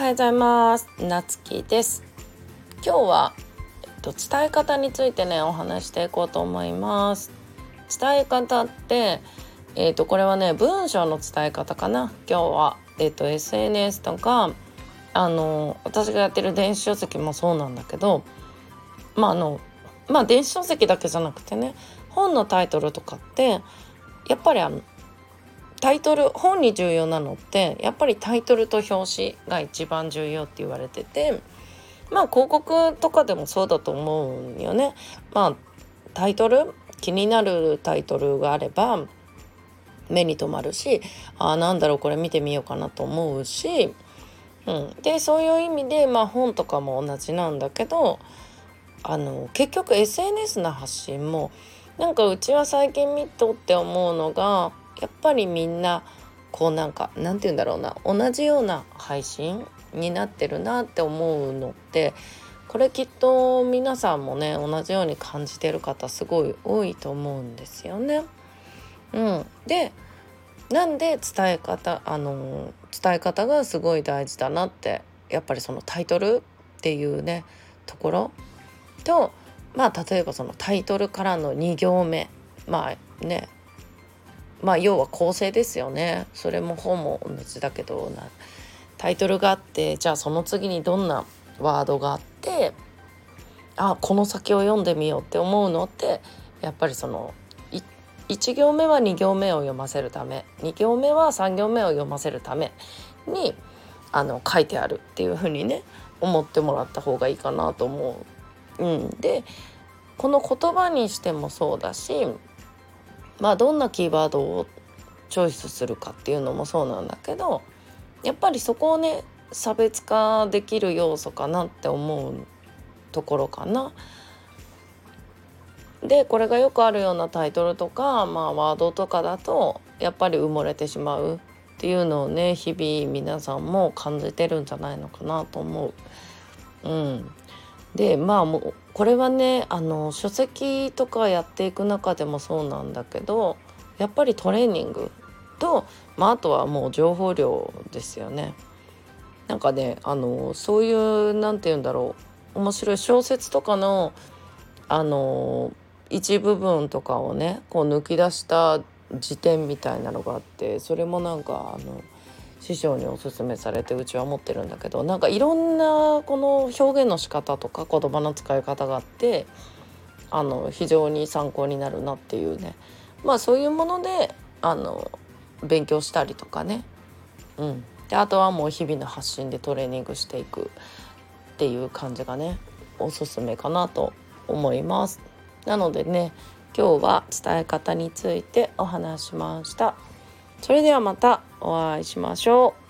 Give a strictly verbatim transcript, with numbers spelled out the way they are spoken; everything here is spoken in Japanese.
ようございます。なつきです。今日は、えっと、伝え方についてねお話していこうと思います。伝え方って、えっと、これはね文章の伝え方かな。今日は、えっと、エスエヌエス とかあの私がやってる電子書籍もそうなんだけど、まああのまあ電子書籍だけじゃなくてね、本のタイトルとかってやっぱりあのタイトル本に重要なのってやっぱりタイトルと表紙が一番重要って言われてて、まあ広告とかでもそうだと思うんよね。まあタイトル気になるタイトルがあれば目に留まるし、あーなんだろうこれ見てみようかなと思うし、うん、でそういう意味でまあ本とかも同じなんだけど、あの結局 エスエヌエス の発信もなんかうちは最近見とって思うのが、やっぱりみんなこうなんかなんて言うんだろうな、同じような配信になってるなって思うのって、これきっと皆さんもね同じように感じてる方すごい多いと思うんですよね。うん、でなんで伝え方あの伝え方がすごい大事だなって、やっぱりそのタイトルっていうねところと、まあ例えばそのタイトルからのに行目、まあねまあ要は構成ですよね。それも本も同じだけどな、タイトルがあって、じゃあその次にどんなワードがあって、あこの先を読んでみようって思うのって、やっぱりそのいち行目はに行目を読ませるため、に行目はさん行目を読ませるためにあの書いてあるっていう風にね思ってもらった方がいいかなと思う。うん、でこの言葉にしてもそうだし、まあどんなキーワードをチョイスするかっていうのもそうなんだけど、やっぱりそこをね差別化できる要素かなって思うところかな。でこれがよくあるようなタイトルとか、まあ、ワードとかだとやっぱり埋もれてしまうっていうのをね日々皆さんも感じてるんじゃないのかなと思う。うん、でまあもうこれはねあの書籍とかやっていく中でもそうなんだけど、やっぱりトレーニングと、まあ、あとはもう情報量ですよね。なんかねあのそういうなんて言うんだろう、面白い小説とかのあの一部分とかをねこう抜き出した辞典みたいなのがあって、それもなんかあの師匠におすすめされてうちは持ってるんだけど、なんかいろんなこの表現の仕方とか言葉の使い方があって、あの非常に参考になるなっていうね、まあそういうものであの勉強したりとかね、うん、であとはもう日々の発信でトレーニングしていくっていう感じがねおすすめかなと思います。なのでね今日は伝え方についてお話しました。それではまたお会いしましょう。